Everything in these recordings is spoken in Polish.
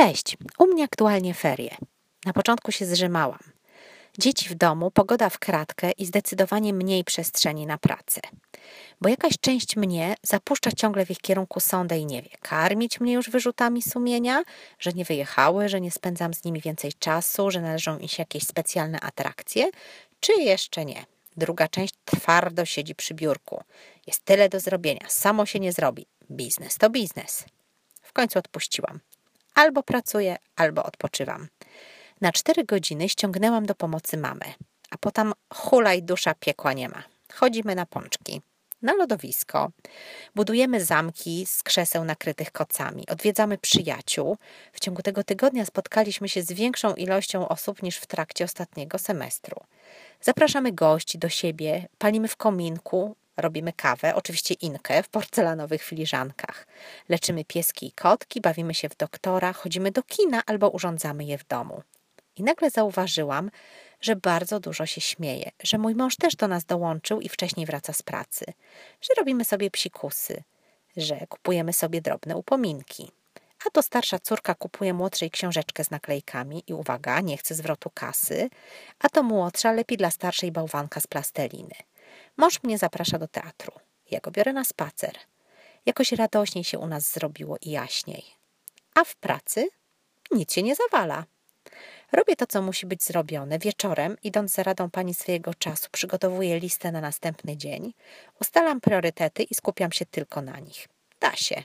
Cześć, u mnie aktualnie ferie. Na początku się zżymałam. Dzieci w domu, pogoda w kratkę i zdecydowanie mniej przestrzeni na pracę. Bo jakaś część mnie zapuszcza ciągle w ich kierunku sondę i nie wie, karmić mnie już wyrzutami sumienia, że nie wyjechały, że nie spędzam z nimi więcej czasu, że należą im się jakieś specjalne atrakcje, czy jeszcze nie. Druga część twardo siedzi przy biurku. Jest tyle do zrobienia, samo się nie zrobi. Biznes to biznes. W końcu odpuściłam. Albo pracuję, albo odpoczywam. Na 4 godziny ściągnęłam do pomocy mamę, a potem hulaj dusza, piekła nie ma. Chodzimy na pączki, na lodowisko, budujemy zamki z krzeseł nakrytych kocami, odwiedzamy przyjaciół. W ciągu tego tygodnia spotkaliśmy się z większą ilością osób niż w trakcie ostatniego semestru. Zapraszamy gości do siebie, palimy w kominku, robimy kawę, oczywiście inkę w porcelanowych filiżankach. Leczymy pieski i kotki, bawimy się w doktora, chodzimy do kina albo urządzamy je w domu. I nagle zauważyłam, że bardzo dużo się śmieje, że mój mąż też do nas dołączył i wcześniej wraca z pracy, że robimy sobie psikusy, że kupujemy sobie drobne upominki. A to starsza córka kupuje młodszej książeczkę z naklejkami i uwaga, nie chce zwrotu kasy, a to młodsza lepi dla starszej bałwanka z plasteliny. Mąż mnie zaprasza do teatru. Ja go biorę na spacer. Jakoś radośniej się u nas zrobiło i jaśniej. A w pracy nic się nie zawala. Robię to, co musi być zrobione. Wieczorem, idąc za radą pani swojego czasu, przygotowuję listę na następny dzień, ustalam priorytety i skupiam się tylko na nich. Da się.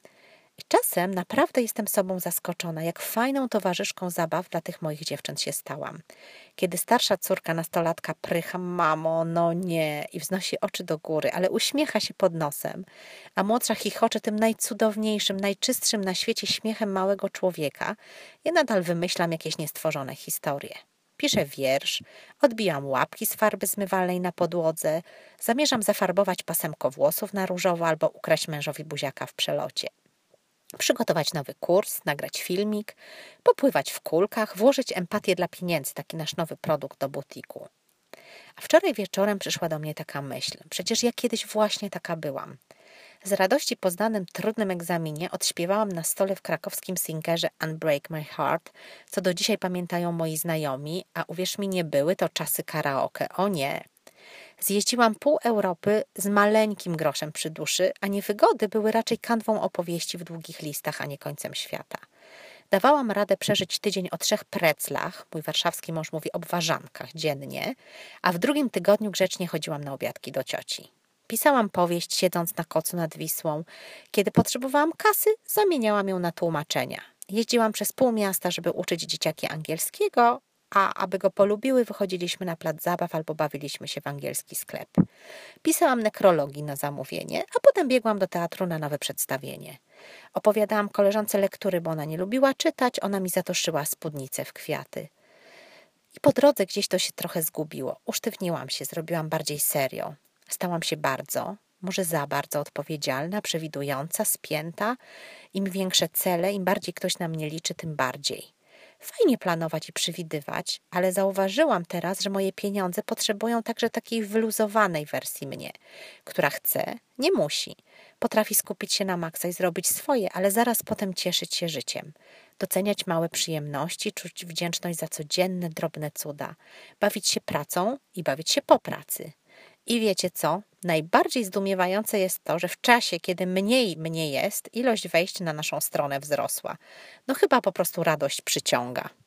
I czasem naprawdę jestem sobą zaskoczona, jak fajną towarzyszką zabaw dla tych moich dziewcząt się stałam. Kiedy starsza córka nastolatka prycha, mamo, no nie, i wznosi oczy do góry, ale uśmiecha się pod nosem, a młodsza chichocze tym najcudowniejszym, najczystszym na świecie śmiechem małego człowieka, ja nadal wymyślam jakieś niestworzone historie. Piszę wiersz, odbijam łapki z farby zmywalnej na podłodze, zamierzam zafarbować pasemko włosów na różowo albo ukraść mężowi buziaka w przelocie. Przygotować nowy kurs, nagrać filmik, popływać w kulkach, włożyć empatię dla pieniędzy, taki nasz nowy produkt do butiku. A wczoraj wieczorem przyszła do mnie taka myśl. Przecież ja kiedyś właśnie taka byłam. Z radości po znanym trudnym egzaminie odśpiewałam na stole w krakowskim Singerze Unbreak My Heart, co do dzisiaj pamiętają moi znajomi, a uwierz mi, nie były to czasy karaoke. O nie! Zjeździłam pół Europy z maleńkim groszem przy duszy, a niewygody były raczej kanwą opowieści w długich listach, a nie końcem świata. Dawałam radę przeżyć tydzień o 3 preclach, mój warszawski mąż mówi obwarzankach, dziennie, a w drugim tygodniu grzecznie chodziłam na obiadki do cioci. Pisałam powieść, siedząc na kocu nad Wisłą. Kiedy potrzebowałam kasy, zamieniałam ją na tłumaczenia. Jeździłam przez pół miasta, żeby uczyć dzieciaki angielskiego, a aby go polubiły, wychodziliśmy na plac zabaw albo bawiliśmy się w angielski sklep. Pisałam nekrologii na zamówienie, a potem biegłam do teatru na nowe przedstawienie. Opowiadałam koleżance lektury, bo ona nie lubiła czytać, ona mi zatoszyła spódnicę w kwiaty. I po drodze gdzieś to się trochę zgubiło. Usztywniłam się, zrobiłam bardziej serio. Stałam się bardzo, może za bardzo odpowiedzialna, przewidująca, spięta. Im większe cele, im bardziej ktoś na mnie liczy, tym bardziej. Fajnie planować i przewidywać, ale zauważyłam teraz, że moje pieniądze potrzebują także takiej wyluzowanej wersji mnie, która chce, nie musi. Potrafi skupić się na maksa i zrobić swoje, ale zaraz potem cieszyć się życiem. Doceniać małe przyjemności, czuć wdzięczność za codzienne, drobne cuda. Bawić się pracą i bawić się po pracy. I wiecie co? Najbardziej zdumiewające jest to, że w czasie, kiedy mniej mnie jest, ilość wejść na naszą stronę wzrosła. No chyba po prostu radość przyciąga.